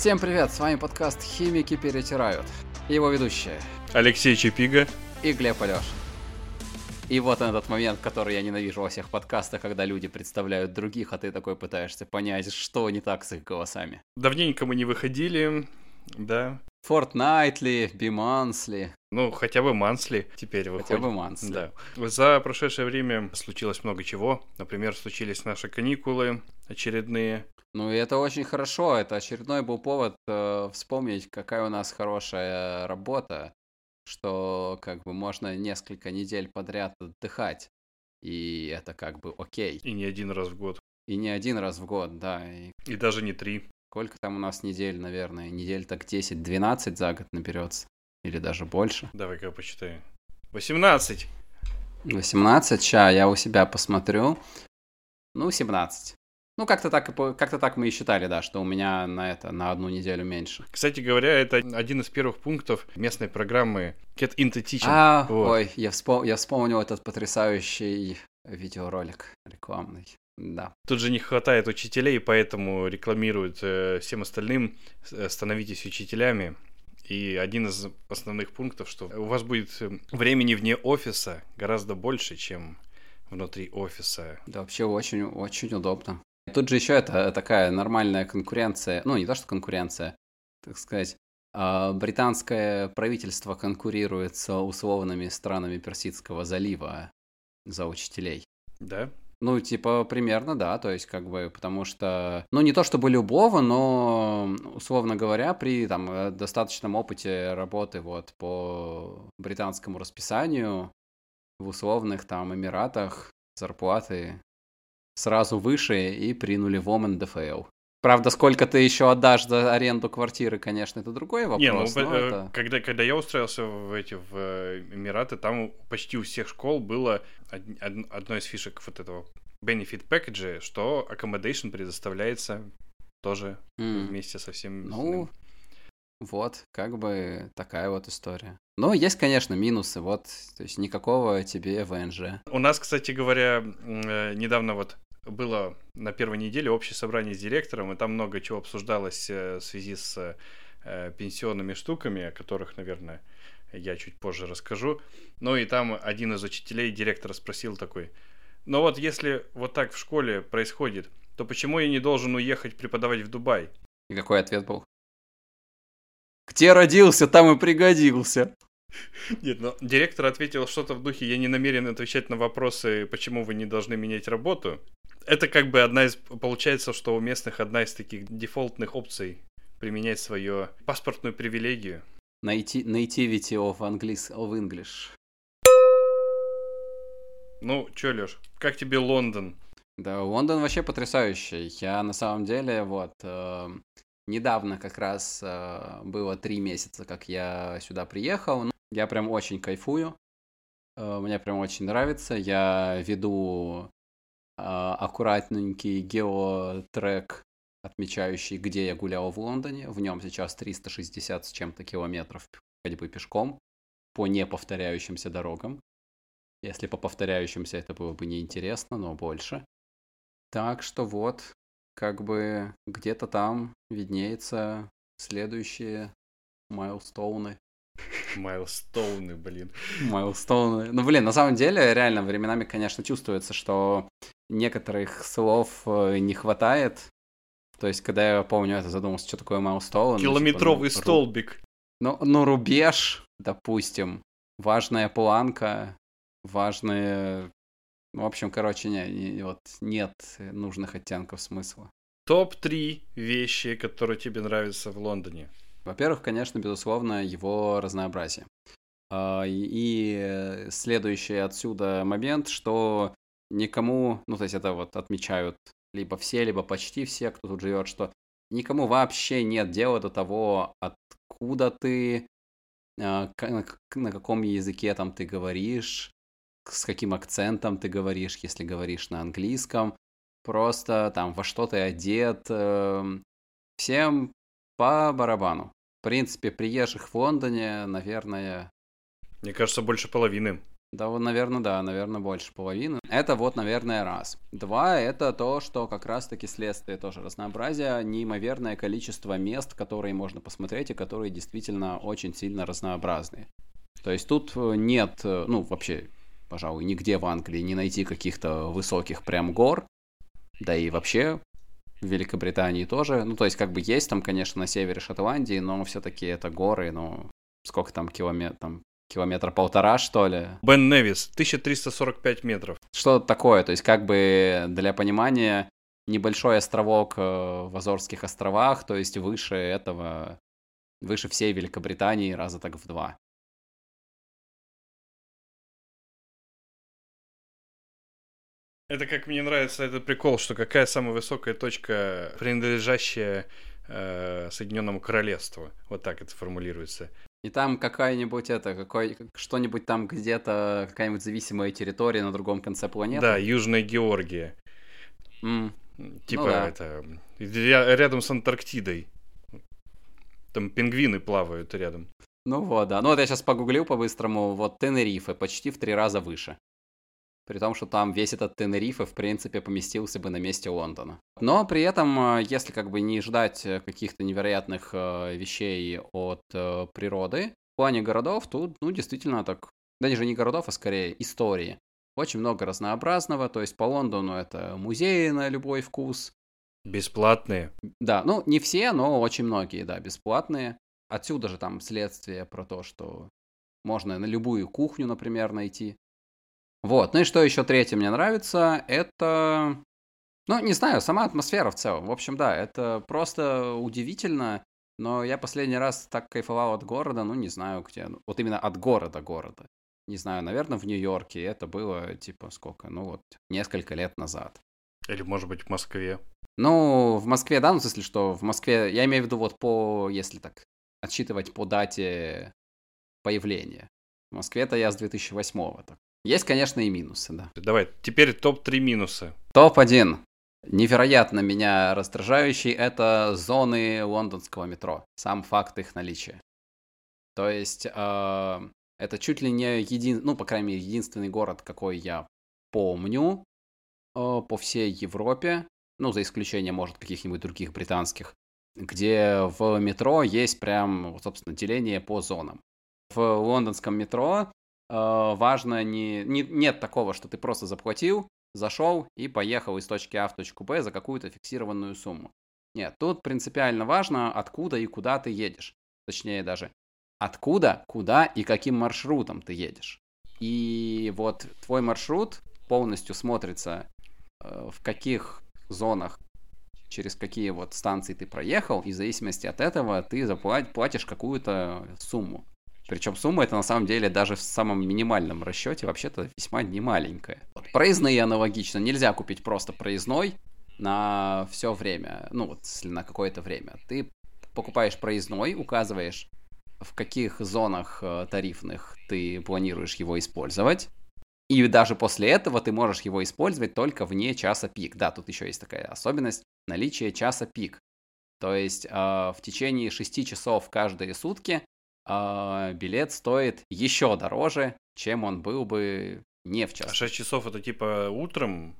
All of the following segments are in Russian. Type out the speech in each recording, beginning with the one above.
Всем привет, с вами подкаст «Химики перетирают». И его ведущие Алексей Чапига и Глеб Алешин. И вот этот момент, который я ненавижу во всех подкастах, когда люди представляют других, а ты такой пытаешься понять, что не так с их голосами. Давненько мы не выходили, да. Fortnightly, Be-Monthly. Ну, хотя бы Мансли теперь выходит. Хотя бы Monthly. Да. За прошедшее время случилось много чего. Например, случились наши каникулы очередные. Ну и это очень хорошо, это очередной был повод вспомнить, какая у нас хорошая работа, что как бы можно несколько недель подряд отдыхать, и это как бы окей. И не один раз в год. И не один раз в год, да. И даже не 3. Сколько там у нас недель, наверное? Недель так 10-12 за год наберется. Или даже больше. Давай-ка я посчитаю. 18! 18? Ща, я у себя посмотрю. 17. Ну, как-то так мы и считали, да, что у меня на одну неделю меньше. Кстати говоря, это один из первых пунктов местной программы Get Into Teaching. Вот. Ой, я вспомнил этот потрясающий видеоролик рекламный. Да. Тут же не хватает учителей, поэтому рекламируют всем остальным «Становитесь учителями». И один из основных пунктов, что у вас будет времени вне офиса гораздо больше, чем внутри офиса. Да, вообще очень, очень удобно. Тут же еще это такая нормальная конкуренция, ну не то что конкуренция, так сказать, британское правительство конкурирует с условными странами Персидского залива за учителей. Да? Ну, типа, примерно, да, то есть, как бы, потому что, ну, не то чтобы любого, но, условно говоря, при, там, достаточном опыте работы, вот, по британскому расписанию, в условных, там, Эмиратах зарплаты сразу выше и при нулевом НДФЛ. Правда, сколько ты еще отдашь за аренду квартиры, конечно, это другой вопрос. Когда я устроился в Эмираты, там почти у всех школ было одной из фишек вот этого benefit package, что accommodation предоставляется тоже вместе со всем. Ну, вот, как бы такая вот история. Но есть, конечно, минусы, вот, то есть никакого тебе ВНЖ. У нас, кстати говоря, недавно вот было на первой неделе общее собрание с директором, и там много чего обсуждалось в связи с пенсионными штуками, о которых, наверное, я чуть позже расскажу. Ну и там один из учителей директора спросил такой: ну вот если вот так в школе происходит, то почему я не должен уехать преподавать в Дубай? И какой ответ был? Где родился, там и пригодился. Нет, но директор ответил что-то в духе: я не намерен отвечать на вопросы, почему вы не должны менять работу. Это как бы получается, что у местных одна из таких дефолтных опций применять свою паспортную привилегию. Nativity of English. Ну, чё, Лёш, как тебе Лондон? Да, Лондон вообще потрясающий. Я на самом деле, вот, недавно как раз было 3 месяца, как я сюда приехал. Я прям очень кайфую. Мне прям очень нравится. Я веду аккуратненький геотрек, отмечающий, где я гулял в Лондоне. В нем сейчас 360 с чем-то километров ходьбы пешком по неповторяющимся дорогам. Если по повторяющимся это было бы неинтересно, но больше. Так что вот, как бы где-то там виднеются следующие майлстоуны. Майлстоуны, блин. Майлстоуны. Ну, блин, на самом деле, реально, временами, конечно, чувствуется, что некоторых слов не хватает. То есть, когда я помню это, задумался, что такое майлстоун. Километровый столбик. Ну, рубеж, допустим, важная планка, важные... В общем, короче, нет нужных оттенков смысла. Топ-3 вещи, которые тебе нравятся в Лондоне. Во-первых, конечно, безусловно, его разнообразие. И следующий отсюда момент, что никому, ну, то есть это вот отмечают либо все, либо почти все, кто тут живет, что никому вообще нет дела до того, откуда ты, на каком языке там ты говоришь, с каким акцентом ты говоришь, если говоришь на английском, просто там во что ты одет, всем по барабану. В принципе, приезжих в Лондоне, наверное... Мне кажется, больше половины. Да, вот, наверное, да, наверное, больше половины. Это вот, наверное, раз. Два, это то, что как раз-таки следствие тоже разнообразия, неимоверное количество мест, которые можно посмотреть и которые действительно очень сильно разнообразные. То есть тут нет, ну, вообще, пожалуй, нигде в Англии не найти каких-то высоких прям гор, да и вообще в Великобритании тоже. Ну, то есть, как бы есть там, конечно, на севере Шотландии, но все-таки это горы, ну, сколько там километра полтора, что ли? Бен Невис, 1345 метров. Что-то такое, то есть, как бы для понимания, небольшой островок в Азорских островах, то есть выше этого, выше всей Великобритании раза так в два. Это как мне нравится этот прикол, что какая самая высокая точка, принадлежащая Соединенному Королевству. Вот так это формулируется. И там что-нибудь там где-то, какая-нибудь зависимая территория на другом конце планеты. Да, Южная Георгия. Типа Ну да. это рядом с Антарктидой. Там пингвины плавают рядом. Ну вот, да. Ну вот я сейчас погуглил по-быстрому, вот Тенерифе почти в 3 раза выше. При том, что там весь этот Тенерифе, в принципе, поместился бы на месте Лондона. Но при этом, если как бы не ждать каких-то невероятных вещей от природы, в плане городов тут, ну, действительно так, да даже не городов, а скорее истории. Очень много разнообразного, то есть по Лондону это музеи на любой вкус. Бесплатные. Да, ну не все, но очень многие, да, бесплатные. Отсюда же там следствие про то, что можно на любую кухню, например, найти. Вот, ну и что еще третье мне нравится, это, ну, не знаю, сама атмосфера в целом. В общем, да, это просто удивительно, но я последний раз так кайфовал от города, ну, не знаю где, вот именно от города. Не знаю, наверное, в Нью-Йорке, это было, типа, сколько, ну, вот, несколько лет назад. Или, может быть, в Москве. Ну, в Москве, да, ну, в смысле, что в Москве, я имею в виду вот если так отсчитывать по дате появления. В Москве-то я с 2008-го, так. Есть, конечно, и минусы, да. Давай, теперь топ-3 минуса. Топ-1. Невероятно меня раздражающий — это зоны лондонского метро. Сам факт их наличия. То есть это чуть ли не ну, по крайней мере, единственный город, какой я помню по всей Европе, ну, за исключением, может, каких-нибудь других британских, где в метро есть прям, собственно, деление по зонам. В лондонском метро важно нет такого, что ты просто заплатил, зашел и поехал из точки А в точку Б за какую-то фиксированную сумму. Нет, тут принципиально важно, откуда и куда ты едешь. Точнее даже, откуда, куда и каким маршрутом ты едешь. И вот твой маршрут полностью смотрится, в каких зонах, через какие вот станции ты проехал, и в зависимости от этого ты платишь какую-то сумму. Причем сумма это на самом деле даже в самом минимальном расчете вообще-то весьма немаленькая. Проездные аналогично. Нельзя купить просто проездной на все время, ну вот на какое-то время. Ты покупаешь проездной, указываешь, в каких зонах тарифных ты планируешь его использовать. И даже после этого ты можешь его использовать только вне часа пик. Да, тут еще есть такая особенность — наличие часа пик. То есть в течение 6 часов каждые сутки билет стоит еще дороже, чем он был бы не в час. А 6 часов это типа утром?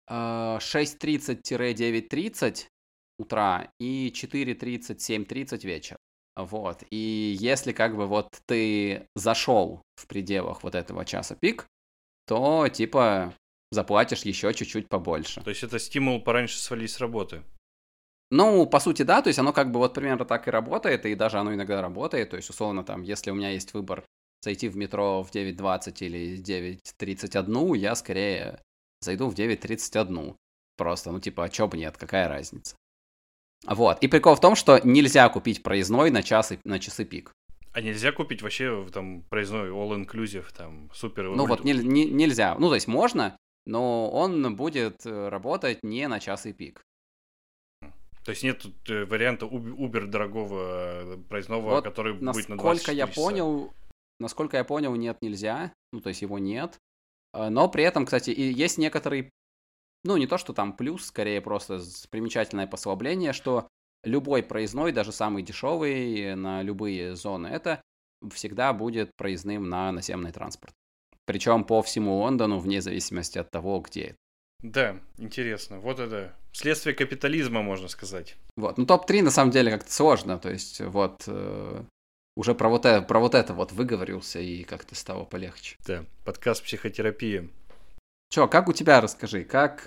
6:30-9:30 утра и 4:30-7:30 вечера. Вот. И если как бы вот ты зашел в пределах вот этого часа пик, то типа заплатишь еще чуть-чуть побольше. То есть это стимул пораньше свалить с работы? Ну, по сути, да, то есть оно как бы вот примерно так и работает, и даже оно иногда работает, то есть условно там, если у меня есть выбор зайти в метро в 9:20 или 9:31, я скорее зайду в 9:31. Просто, ну типа, а чё бы нет, какая разница. Вот, и прикол в том, что нельзя купить проездной на часы пик. А нельзя купить вообще там проездной all-inclusive, там, супер... Ну вот нельзя, ну то есть можно, но он будет работать не на часы пик. То есть нет варианта Uber дорогого проездного, Вот который будет на 24 часа? Насколько я понял, нет, нельзя. Ну, то есть его нет. Но при этом, кстати, и есть некоторый, ну, не то, что там плюс, скорее просто примечательное послабление, что любой проездной, даже самый дешевый на любые зоны, это всегда будет проездным на наземный транспорт. причем по всему Лондону, вне зависимости от того, где это. Да, интересно. Вот это следствие капитализма, можно сказать. Вот. Ну, топ-3 на самом деле как-то сложно. То есть, вот уже про вот это вот выговорился, и как-то стало полегче. Да, подкаст «Психотерапия». Чё, как у тебя, расскажи, как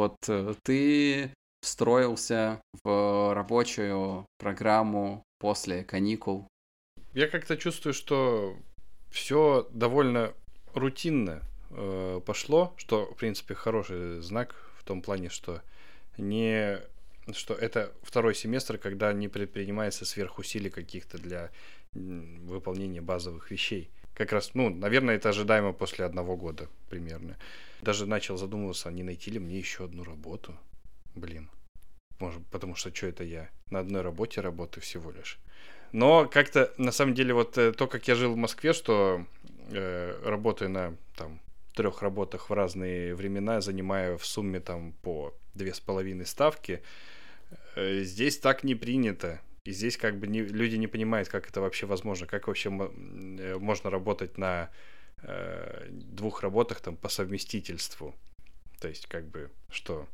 ты встроился в рабочую программу после каникул? Я как-то чувствую, что все довольно рутинно пошло, что, в принципе, хороший знак в том плане, что что это второй семестр, когда не предпринимается сверхусилий каких-то для выполнения базовых вещей. Как раз, наверное, это ожидаемо после 1 года примерно. Даже начал задумываться, не найти ли мне еще одну работу. Блин. Может, потому что что это я? На одной работе работаю всего лишь. Но как-то, на самом деле, вот то, как я жил в Москве, что работаю на 3 работах в разные времена, занимаю в сумме по 2,5 ставки, здесь так не принято. И здесь как бы люди не понимают, как это вообще возможно, как вообще можно работать на 2 работах по совместительству. То есть как бы что,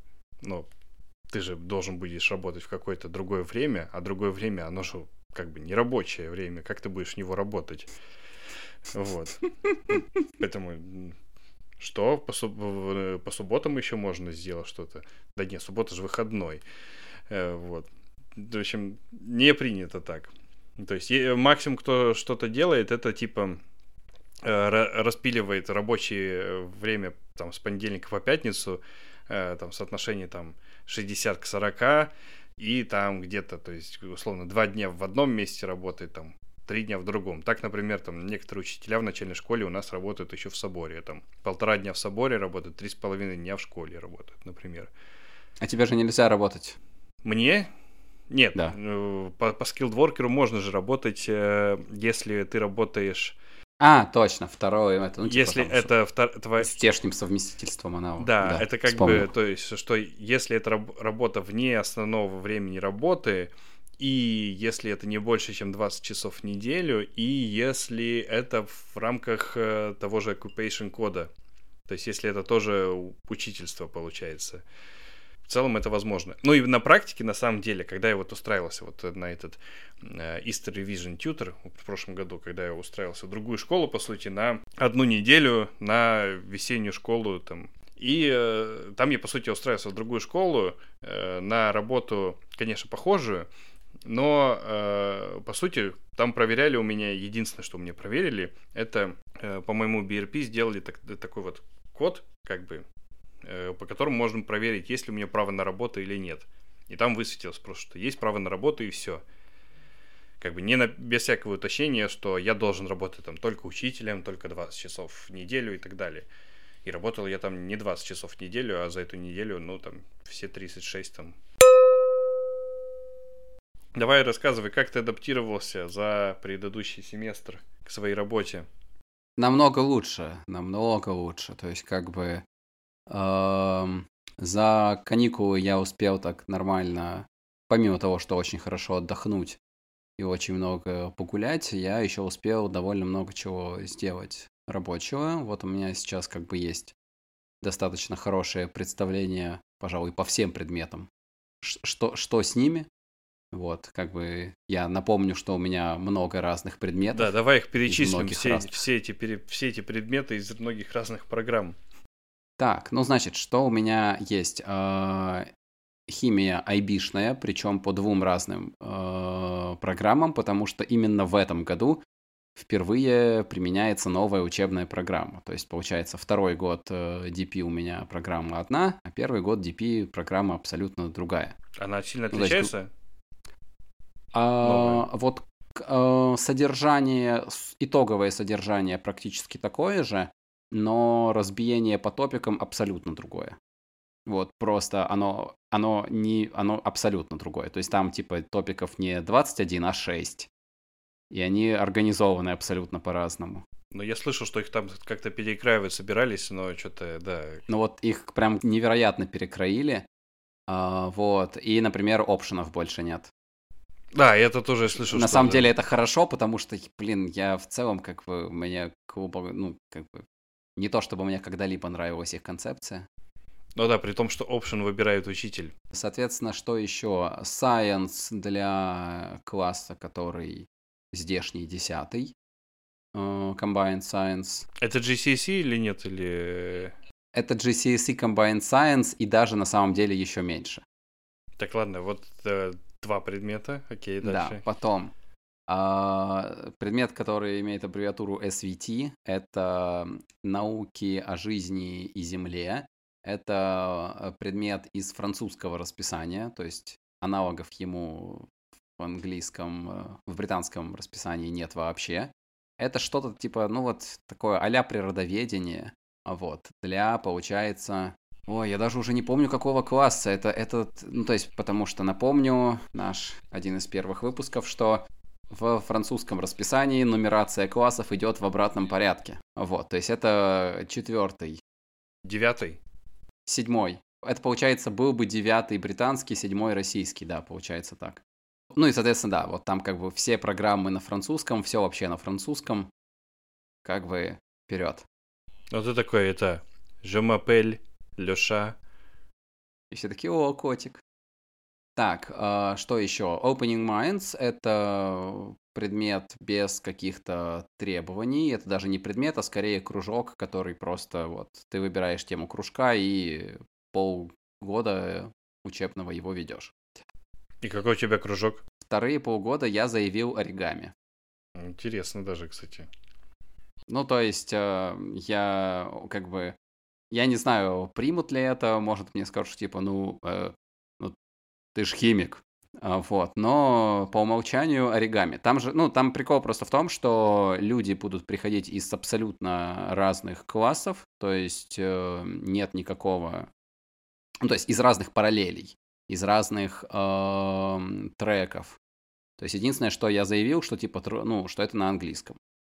ты же должен будешь работать в какое-то другое время, а другое время, оно же как бы не рабочее время, как ты будешь в него работать? Вот. Поэтому что? По субботам еще можно сделать что-то? Да нет, суббота же выходной. Вот. В общем, не принято так. То есть максимум, кто что-то делает, это распиливает рабочее время с понедельника по пятницу, соотношение 60 к 40, и где-то, то есть, условно, 2 дня в одном месте работает, 3 дня в другом. Так, например, некоторые учителя в начальной школе у нас работают еще в соборе. 1,5 дня в соборе работают, 3,5 дня в школе работают, например. А тебе же нельзя работать. Мне? Нет. Да. По скиллдворкеру можно же работать, если ты работаешь... Точно, второе. Это, если это с внешним совместительством она... Да, это как вспомнил. бы, то есть, что если это работа вне основного времени работы, и если это не больше, чем 20 часов в неделю, и если это в рамках того же occupation кода, то есть, если это тоже учительство получается. В целом это возможно. И на практике, на самом деле, когда я устраивался на этот Easter Revision Tutor в прошлом году, когда я устраивался в другую школу, по сути, на 1 неделю на весеннюю школу, и там я, по сути, устраивался в другую школу на работу, конечно, похожую, но, по сути, там проверяли у меня, единственное, что мне проверили, это по моему BRP сделали такой вот код, как бы, по которому можно проверить, есть ли у меня право на работу или нет. И там высветилось просто, что есть право на работу, и все. Как бы без всякого уточнения, что я должен работать только учителем, только 20 часов в неделю и так далее. И работал я не 20 часов в неделю, а за эту неделю, все 36 . Давай рассказывай, как ты адаптировался за предыдущий семестр к своей работе. Намного лучше. То есть, как бы... За каникулы я успел так нормально, помимо того, что очень хорошо отдохнуть и очень много погулять, я еще успел довольно много чего сделать рабочего. Вот у меня сейчас как бы есть достаточно хорошее представление, пожалуй, по всем предметам, что с ними. Вот, как бы я напомню, что у меня много разных предметов. Да, давай их перечислим, все эти предметы из многих разных программ. Так, значит, что у меня есть? Химия IB-шная, причем по 2 разным программам, потому что именно в этом году впервые применяется новая учебная программа. То есть, получается, 2-й год DP у меня программа одна, а 1-й год DP программа абсолютно другая. Она сильно отличается? Вот итоговое содержание практически такое же, но разбиение по топикам абсолютно другое. Вот, просто оно абсолютно другое. То есть там топиков не 21, а 6. И они организованы абсолютно по-разному. Я слышал, что их там как-то перекраивать собирались, но что-то, да. Вот их прям невероятно перекроили. Вот, и, например, опшенов больше нет. Да, я это тоже слышал. На самом деле это хорошо, потому что, я в целом, у меня Не то, чтобы мне когда-либо нравилась их концепция. Ну да, при том, что option выбирает учитель. Соответственно, что еще? Science для класса, который здешний 10-й. Combined Science. Это GCSE или нет? Или... Это GCSE Combined Science и даже на самом деле еще меньше. Так, ладно, вот 2 предмета. Окей, дальше. Да, потом. Предмет, который имеет аббревиатуру SVT, это науки о жизни и Земле. Это предмет из французского расписания, то есть аналогов ему в английском, в британском расписании нет вообще. Это что-то типа, ну вот такое а-ля природоведение, вот, для, получается... Ой, я даже уже не помню, какого класса. Ну, то есть, потому что напомню, наш один из первых выпусков, что в французском расписании нумерация классов идет в обратном порядке. Вот, то есть это 4-й. 9-й? 7-й. Это, получается, был бы 9-й британский, 7-й российский, да, получается так. Ну и, соответственно, да, вот там как бы все программы на французском, все вообще на французском, как бы вперед. Ну ты такой, это, je m'appelle Лёша. И все такие, о, котик. Так, что еще? Opening Minds — это предмет без каких-то требований. Это даже не предмет, а скорее кружок, который просто вот ты выбираешь тему кружка и полгода учебного его ведешь. И какой у тебя кружок? Вторые полгода я заявил оригами. Интересно даже, кстати. Ну, то есть я как бы... Я не знаю, примут ли это, может, мне скажут, типа, ну ты ж химик, вот, но по умолчанию оригами. Там же, ну, там прикол просто в том, что люди будут приходить из абсолютно разных классов, то есть нет никакого, ну, то есть из разных параллелей, из разных треков. То есть единственное, что я заявил, что типа, ну, что это на английском.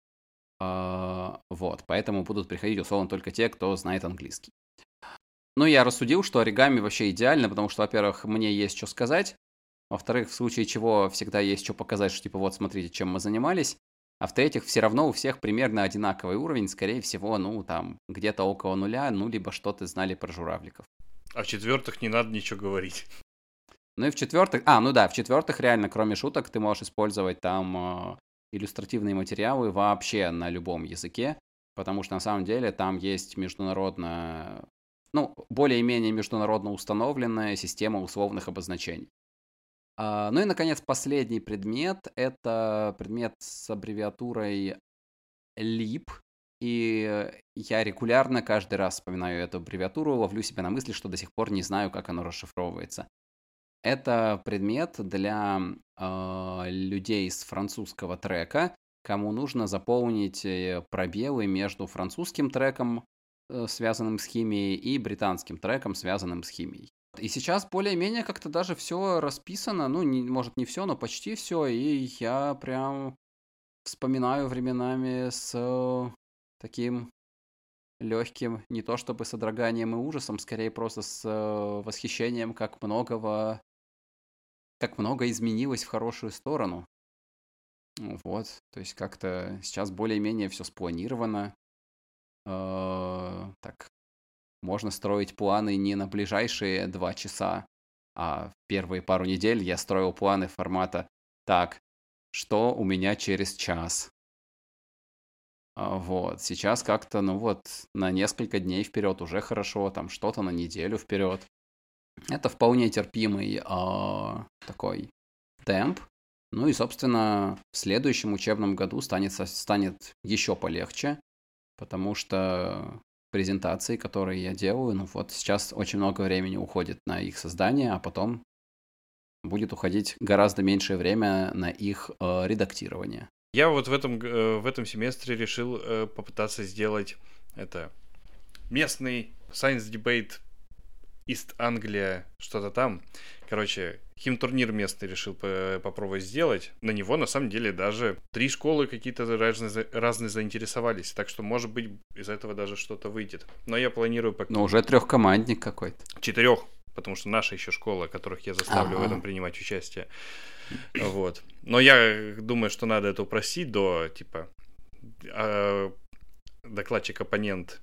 Вот, поэтому будут приходить условно только те, кто знает английский. Ну, я рассудил, что оригами вообще идеально, потому что, во-первых, мне есть что сказать, во-вторых, в случае чего всегда есть что показать, что типа вот смотрите, чем мы занимались, а в-третьих, все равно у всех примерно одинаковый уровень, скорее всего, ну, там, где-то около нуля, ну, либо что-то знали про журавликов. А в 4-х не надо ничего говорить. Ну и в 4-х, ну да, в 4-х реально, кроме шуток, ты можешь использовать там иллюстративные материалы вообще на любом языке, потому что на самом деле там есть международно, ну, более-менее международно установленная система условных обозначений. Ну и, наконец, последний предмет – это предмет с аббревиатурой LEAP, и я регулярно каждый раз вспоминаю эту аббревиатуру, ловлю себя на мысли, что до сих пор не знаю, как оно расшифровывается. Это предмет для людей с французского трека, кому нужно заполнить пробелы между французским треком, связанным с химией, и британским треком, связанным с химией. И сейчас более-менее как-то даже все расписано, ну, может, не все, но почти все, и я прям вспоминаю временами с таким легким, не то чтобы содроганием и ужасом, скорее просто с восхищением, как много изменилось в хорошую сторону. Вот, то есть как-то сейчас более-менее все спланировано. Так, можно строить планы не на ближайшие 2 часа, а в первые пару недель я строил планы формата «Так, что у меня через час?» Вот, сейчас как-то, ну вот, на несколько дней вперед уже хорошо, там что-то на неделю вперед. Это вполне терпимый такой темп. Ну и, собственно, в следующем учебном году станет еще полегче, потому что презентации, которые я делаю, ну вот сейчас очень много времени уходит на их создание, а потом будет уходить гораздо меньшее время на их редактирование. Я вот в этом семестре решил попытаться сделать это местный Science Debate East Anglia, что-то там. Короче, химтурнир местный решил попробовать сделать. На него, на самом деле, даже 3 школы какие-то разные заинтересовались. Так что, может быть, из этого даже что-то выйдет. Но я планирую пока... Но уже 3-командник какой-то. 4, потому что наша еще школа, которых я заставлю в этом принимать участие. Вот. Но я думаю, что надо это упростить до, типа, докладчик-оппонент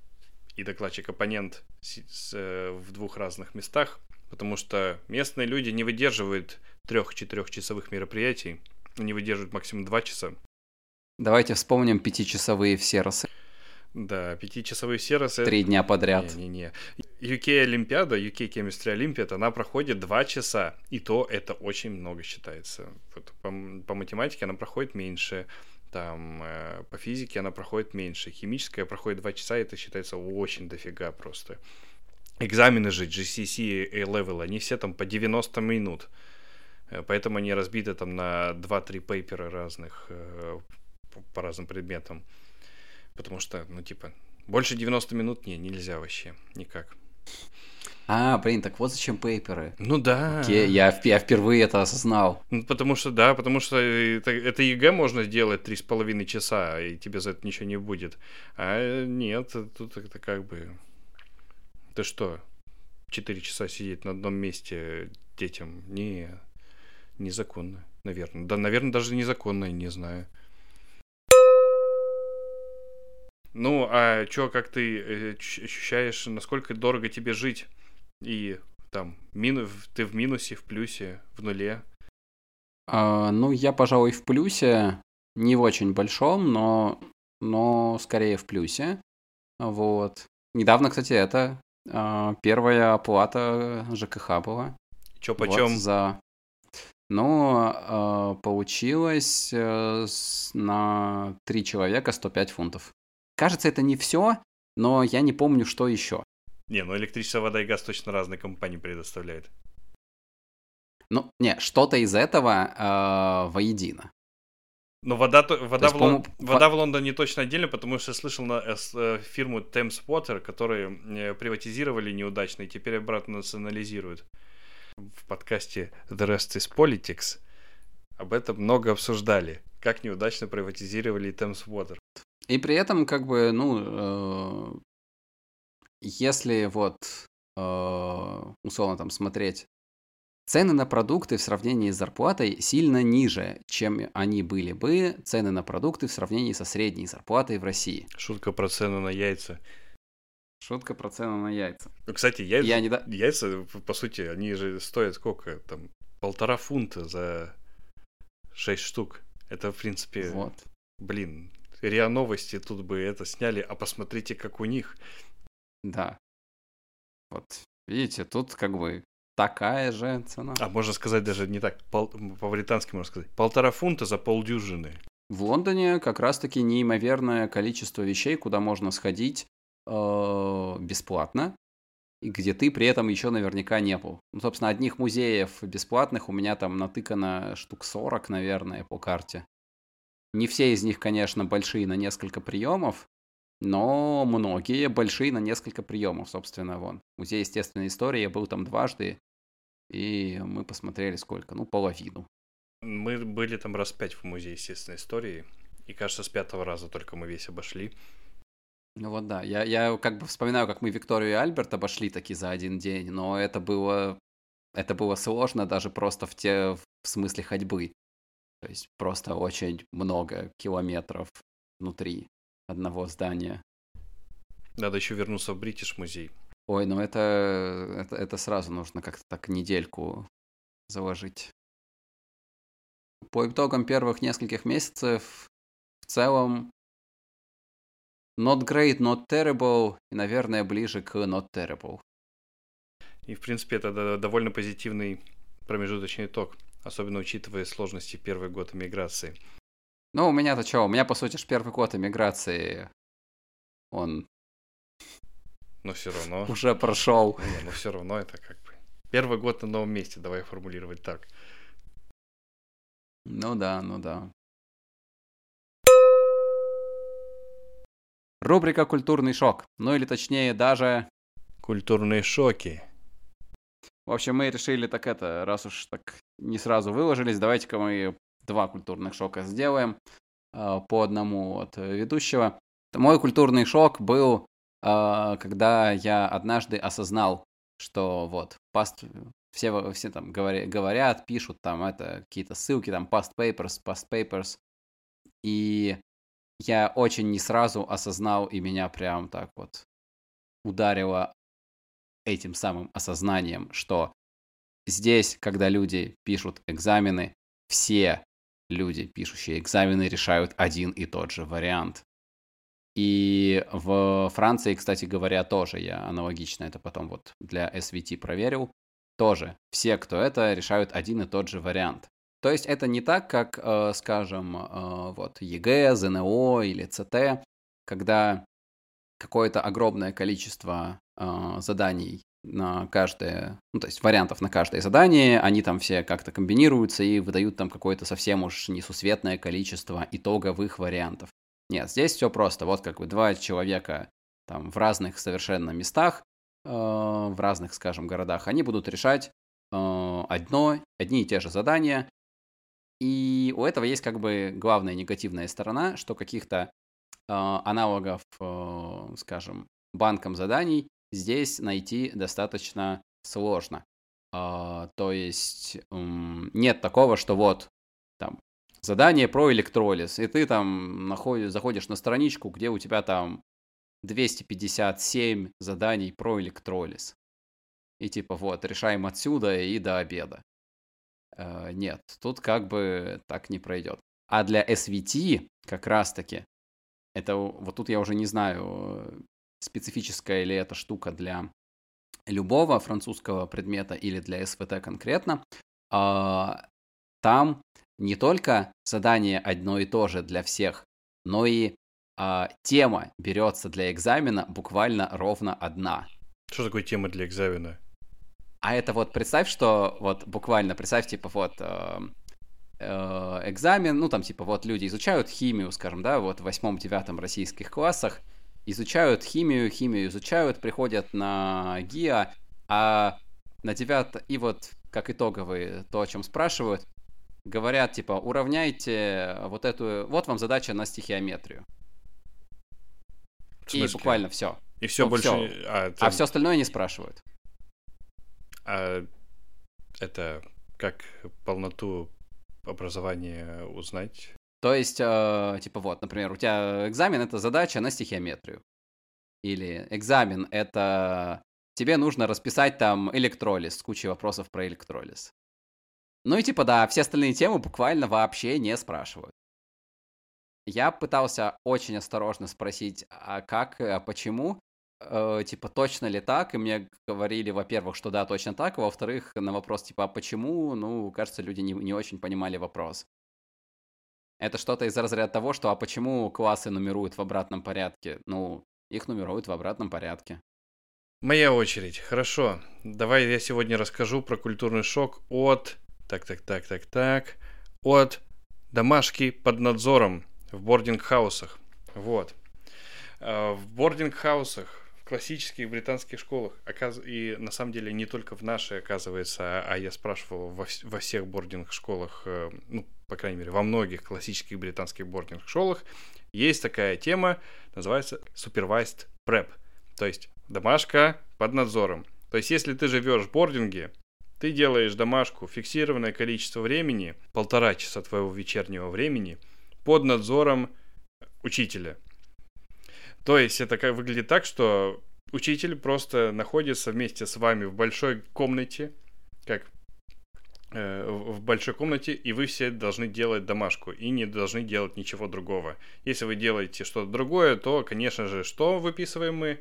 и докладчик-оппонент в двух разных местах, потому что местные люди не выдерживают 3-4-часовых мероприятий, они выдерживают максимум 2 часа. Давайте вспомним 5-часовые серосы. Да, 5-часовые серосы. 3 дня подряд. Не-не-не. UK Олимпиада, UK Chemistry Olympiad, она проходит 2 часа. И то это очень много считается. Вот по математике она проходит меньше. Там по физике она проходит меньше. Химическая проходит 2 часа, и это считается очень дофига просто. Экзамены же GCSE A-Level, они все там по 90 минут. Поэтому они разбиты там на 2-3 пейпера разных по разным предметам. Потому что, ну, типа, больше 90 минут нельзя вообще, никак. Блин, так вот зачем пейперы. Ну да. Окей, я впервые это осознал. Ну, потому что это ЕГЭ можно сделать 3,5 часа, и тебе за это ничего не будет. А нет, тут это как бы... Ты что, 4 часа сидеть на одном месте детям? Незаконно, наверное. Да, наверное, даже незаконно, не знаю. Ну, а чё, как ты ощущаешь, насколько дорого тебе жить? И там, ты в минусе, в плюсе, в нуле? Ну, я, пожалуй, в плюсе. Не в очень большом, но скорее в плюсе. Вот. Недавно, кстати, первая оплата ЖКХ была. Чё, почем? Ну, получилось на 3 человека 105 фунтов. Кажется, это не все, но я не помню, что еще. Не, ну электричество, вода и газ точно разные компании предоставляют. Ну, не, что-то из этого воедино. Но вода в Лондоне точно отдельно, потому что я слышал на фирму Thames Water, которые приватизировали неудачно и теперь обратно национализируют. В подкасте The Rest is Politics об этом много обсуждали, как неудачно приватизировали Thames Water. И при этом, как бы, если вот, условно там смотреть, цены на продукты в сравнении с зарплатой сильно ниже, чем они были бы цены на продукты в сравнении со средней зарплатой в России. Шутка про цену на яйца. Шутка про цену на яйца. Ну, кстати, яйца, по сути, они же стоят сколько? Там 1,5 фунта за 6 штук. Это, в принципе, вот. Блин, РИА Новости тут бы это сняли, а посмотрите, как у них. Да. Вот, видите, тут как бы такая же цена. А можно сказать даже не так, по-британски можно сказать. 1,5 фунта за полдюжины. В Лондоне как раз-таки неимоверное количество вещей, куда можно сходить бесплатно, и где ты при этом еще наверняка не был. Ну, собственно, одних музеев бесплатных у меня там натыкано штук 40, наверное, по карте. Не все из них, конечно, большие на несколько приемов, но многие большие на несколько приемов, собственно, вон. Музей естественной истории, я был там дважды, и мы посмотрели сколько, половину. Мы были там раз 5 в музее естественной истории, и, кажется, с 5-го раза только мы весь обошли. Ну вот да, я как бы вспоминаю, как мы Викторию и Альберт обошли таки за один день, но это было сложно даже просто в смысле ходьбы. То есть просто очень много километров внутри одного здания. Надо еще вернуться в Бритиш музей. Ой, ну это сразу нужно как-то так недельку заложить. По итогам первых нескольких месяцев в целом not great, not terrible, и, наверное, ближе к not terrible. И, в принципе, это довольно позитивный промежуточный итог, особенно учитывая сложности первый год эмиграции. Ну, у меня-то что? У меня, по сути, первый год эмиграции, он... Но все равно... уже прошел. Но все равно это как бы... Первый год на новом месте, давай формулировать так. Ну да. Рубрика «Культурный шок». Ну или точнее даже... Культурные шоки. В общем, мы решили раз уж так не сразу выложились, давайте-ка мы 2 культурных шока сделаем по одному от ведущего. Мой культурный шок был, когда я однажды осознал, что вот все там говорят, пишут там какие-то ссылки, там past papers, и я очень не сразу осознал, и меня прям так вот ударило этим самым осознанием, что здесь, когда люди пишут экзамены, все люди, пишущие экзамены, решают один и тот же вариант. И в Франции, кстати говоря, тоже я аналогично это потом вот для SVT проверил. Тоже все, кто это, решают один и тот же вариант. То есть это не так, как, скажем, вот ЕГЭ, ЗНО или ЦТ, когда какое-то огромное количество заданий на каждое, ну, то есть вариантов на каждое задание, они там все как-то комбинируются и выдают там какое-то совсем уж несусветное количество итоговых вариантов. Нет, здесь все просто. Вот как бы два человека там в разных совершенно местах, в разных, скажем, городах, они будут решать одни и те же задания. И у этого есть как бы главная негативная сторона, что каких-то аналогов, скажем, банкам заданий здесь найти достаточно сложно. То есть нет такого, что вот там задание про электролиз, и ты там заходишь на страничку, где у тебя там 257 заданий про электролиз. И типа вот, решаем отсюда и до обеда. Нет, тут как бы так не пройдет. А для SVT как раз-таки, это вот тут я уже не знаю, специфическая ли эта штука для любого французского предмета или для СВТ конкретно, там не только задание одно и то же для всех, но и тема берется для экзамена буквально ровно одна. Что такое тема для экзамена? А это вот представь, что вот буквально представь, типа вот экзамен, ну там типа вот люди изучают химию, скажем, да, вот в 8-9 российских классах, изучают химию изучают, приходят на ГИА, а на 9 и вот как итоговые, то, о чем спрашивают, говорят, типа, уравняйте вот эту, вот вам задача на стихиометрию. И буквально все. И все больше... Всё. А все остальное не спрашивают. А это как полноту образования узнать? То есть, типа вот, например, у тебя экзамен — это задача на стихиометрию. Или экзамен — это тебе нужно расписать там электролиз с кучей вопросов про электролиз. Ну и типа да, все остальные темы буквально вообще не спрашивают. Я пытался очень осторожно спросить, а как, а почему, типа точно ли так, и мне говорили, во-первых, что да, точно так, а во-вторых, на вопрос типа, а почему, ну, кажется, люди не очень понимали вопрос. Это что-то из разряда того, что а почему классы нумеруют в обратном порядке? Ну, их нумеруют в обратном порядке. Моя очередь. Хорошо. Давай я сегодня расскажу про культурный шок от... От домашки под надзором в бординг-хаусах. Вот. В бординг-хаусах, в классических британских школах, и на самом деле не только в нашей, оказывается, а я спрашивал во всех бординг-школах, ну, по крайней мере, во многих классических британских бординг-школах, есть такая тема, называется supervised prep, то есть домашка под надзором. То есть если ты живешь в бординге, ты делаешь домашку фиксированное количество времени, 1,5 часа твоего вечернего времени, под надзором учителя. То есть это выглядит так, что учитель просто находится вместе с вами в большой комнате, в большой комнате, и вы все должны делать домашку и не должны делать ничего другого. Если вы делаете что-то другое, то, конечно же, что выписываем мы?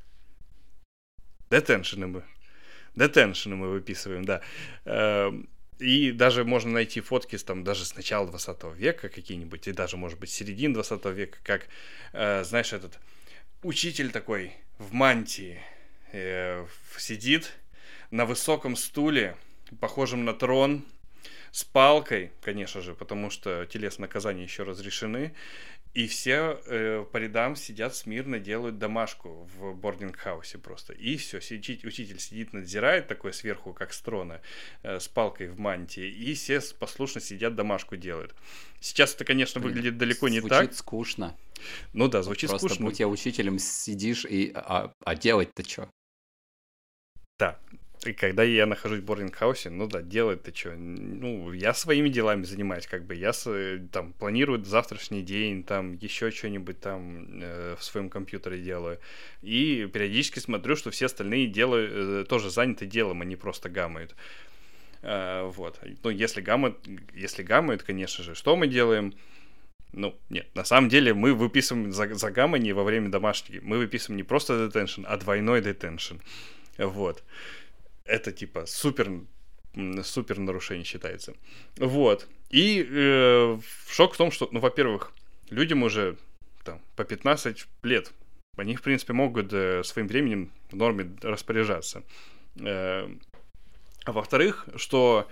Детеншены мы выписываем, да. И даже можно найти фотки там, даже с начала 20 века какие-нибудь, и даже, может быть, середины 20 века, как, знаешь, этот учитель такой в мантии сидит на высоком стуле, похожем на трон, с палкой, конечно же, потому что телесные наказания еще разрешены, и все по рядам сидят смирно, делают домашку в бординг-хаусе просто. И все, учитель сидит, надзирает такой сверху, как с трона, с палкой в мантии, и все послушно сидят, домашку делают. Сейчас это, конечно, выглядит далеко не так. Звучит скучно. Ну да, звучит просто скучно. Просто будь я учителем, сидишь и... А делать-то что? Да. И когда я нахожусь в бординг-хаусе, ну да, делать-то что? Ну, я своими делами занимаюсь, как бы. Я там планирую завтрашний день, там еще что-нибудь там в своем компьютере делаю. И периодически смотрю, что все остальные тоже заняты делом, они просто гамают. Вот. Ну, если гамают, конечно же, что мы делаем? Ну, нет, на самом деле мы выписываем за гаммани во время домашней. Мы выписываем не просто детеншн, а двойной детеншн. Вот. Это типа супер нарушение считается. Вот. И шок в том, что, ну, во-первых, людям уже там по 15 лет. Они, в принципе, могут своим временем в норме распоряжаться. А во-вторых, что,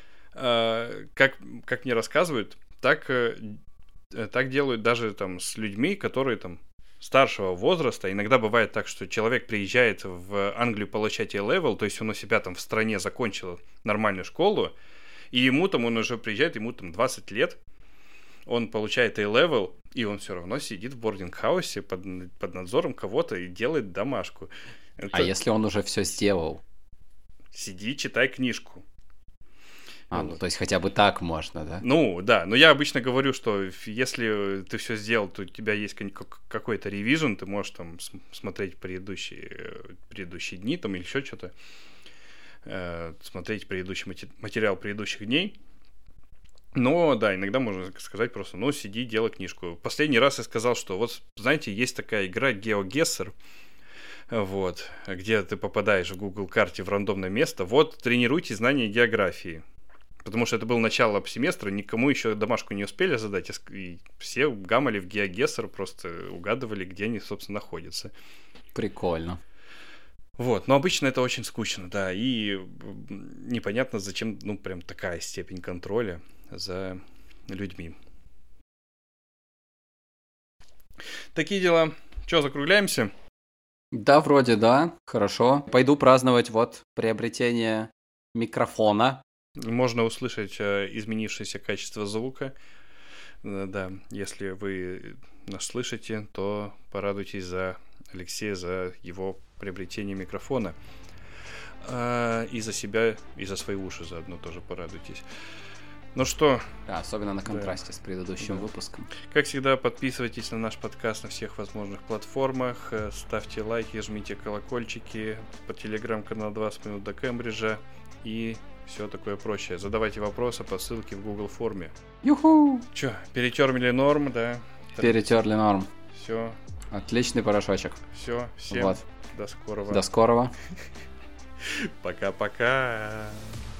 как мне рассказывают, так делают даже там с людьми, которые там старшего возраста. Иногда бывает так, что человек приезжает в Англию получать A-level, то есть он у себя там в стране закончил нормальную школу, и он уже приезжает, ему там 20 лет, он получает A-level, и он все равно сидит в бординг-хаусе под надзором кого-то и делает домашку. А если он уже все сделал? Сиди, читай книжку. Ну, то есть хотя бы так можно, да? Ну, да, но я обычно говорю, что если ты все сделал, то у тебя есть какой-то ревизион, ты можешь там смотреть предыдущие дни там или еще что-то, смотреть предыдущий материал предыдущих дней. Но, да, иногда можно сказать просто, ну, сиди, делай книжку. Последний раз я сказал, что вот, знаете, есть такая игра GeoGuessr, вот, где ты попадаешь в Google карте в рандомное место, вот, тренируйте знания географии. Потому что это было начало семестра, никому еще домашку не успели задать, и все гамали в GeoGuessr, просто угадывали, где они, собственно, находятся. Прикольно. Вот, но обычно это очень скучно, да, и непонятно, зачем, ну, прям такая степень контроля за людьми. Такие дела. Че, закругляемся? Да, вроде да, хорошо. Пойду праздновать вот приобретение микрофона. Можно услышать изменившееся качество звука. Да, если вы нас слышите, то порадуйтесь за Алексея, за его приобретение микрофона. И за себя, и за свои уши заодно тоже порадуйтесь. Ну что? Да, особенно на контрасте с предыдущим выпуском. Как всегда, подписывайтесь на наш подкаст на всех возможных платформах, ставьте лайки, жмите колокольчики, по телеграм-канал 20 минут до Кембриджа и все такое прочее. Задавайте вопросы по ссылке в Google форме. Юху! Че, перетерли норм, да? Перетерли норм. Все. Отличный порошочек. Все, всем вот. до скорого. До скорого. Пока-пока.